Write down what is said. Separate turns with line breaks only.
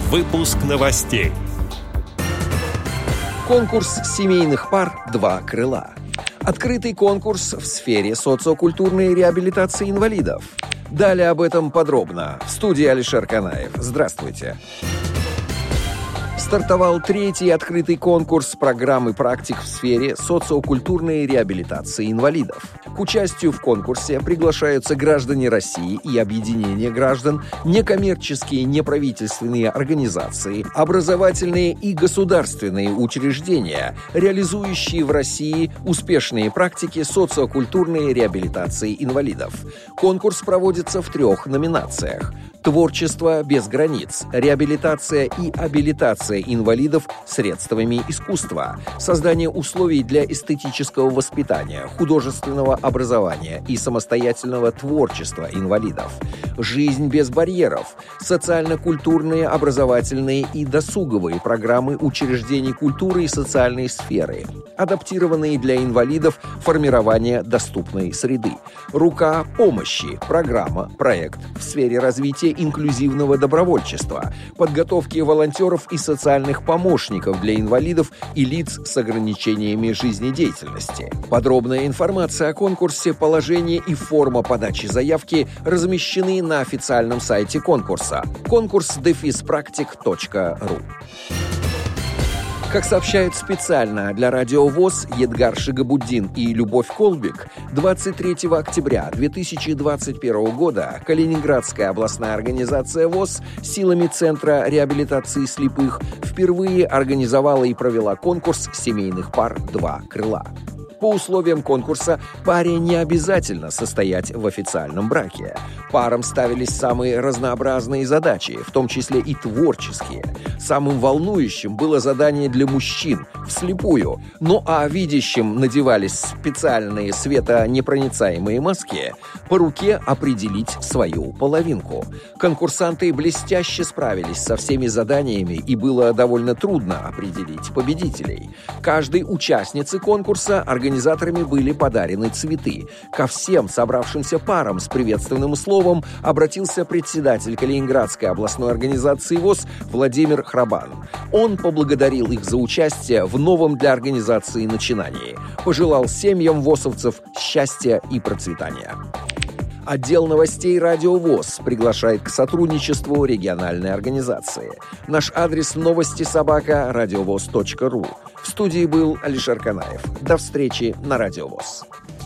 Выпуск новостей.
Конкурс семейных пар «Два крыла». Открытый конкурс в сфере социокультурной реабилитации инвалидов. Далее об этом подробно. В студии Алишер Канаев. Здравствуйте. Стартовал третий открытый конкурс программы практик в сфере социокультурной реабилитации инвалидов. К участию в конкурсе приглашаются граждане России и объединения граждан, некоммерческие неправительственные организации, образовательные и государственные учреждения, реализующие в России успешные практики социокультурной реабилитации инвалидов. Конкурс проводится в 3 номинациях: «Творчество без границ», «Реабилитация и абилитация инвалидов средствами искусства», «Создание условий для эстетического воспитания, художественного образования и самостоятельного творчества инвалидов», «Жизнь без барьеров», «Социально-культурные, образовательные и досуговые программы учреждений культуры и социальной сферы», «Адаптированные для инвалидов формирование доступной среды», «Рука помощи», программа, проект в сфере развития инклюзивного добровольчества, подготовки волонтеров и социальных помощников для инвалидов и лиц с ограничениями жизнедеятельности. Подробная информация о конкурсе, положение и форма подачи заявки размещены на официальном сайте конкурса konkurs-praktik.ru. Как сообщают специально для Радио ВОС Едгар Шигабуддин и Любовь Колбик, 23 октября 2021 года Калининградская областная организация ВОС силами Центра реабилитации слепых впервые организовала и провела конкурс семейных пар «Два крыла». По условиям конкурса паре не обязательно состоять в официальном браке. Парам ставились самые разнообразные задачи, в том числе и творческие. Самым волнующим было задание для мужчин вслепую, ну а видящим надевались специальные светонепроницаемые маски, по руке определить свою половинку. Конкурсанты блестяще справились со всеми заданиями, и было довольно трудно определить победителей. Каждой участнице конкурса организаторами были подарены цветы. Ко всем собравшимся парам с приветственным словом обратился председатель Калининградской областной организации ВОС Владимир Храбан. Он поблагодарил их за участие в новом для организации начинании. Пожелал семьям ВОСовцев счастья и процветания. Отдел новостей Радио ВОС приглашает к сотрудничеству региональной организации. Наш адрес новости@радиовос.ру. В студии был Алишер Канаев. До встречи на Радио ВОС.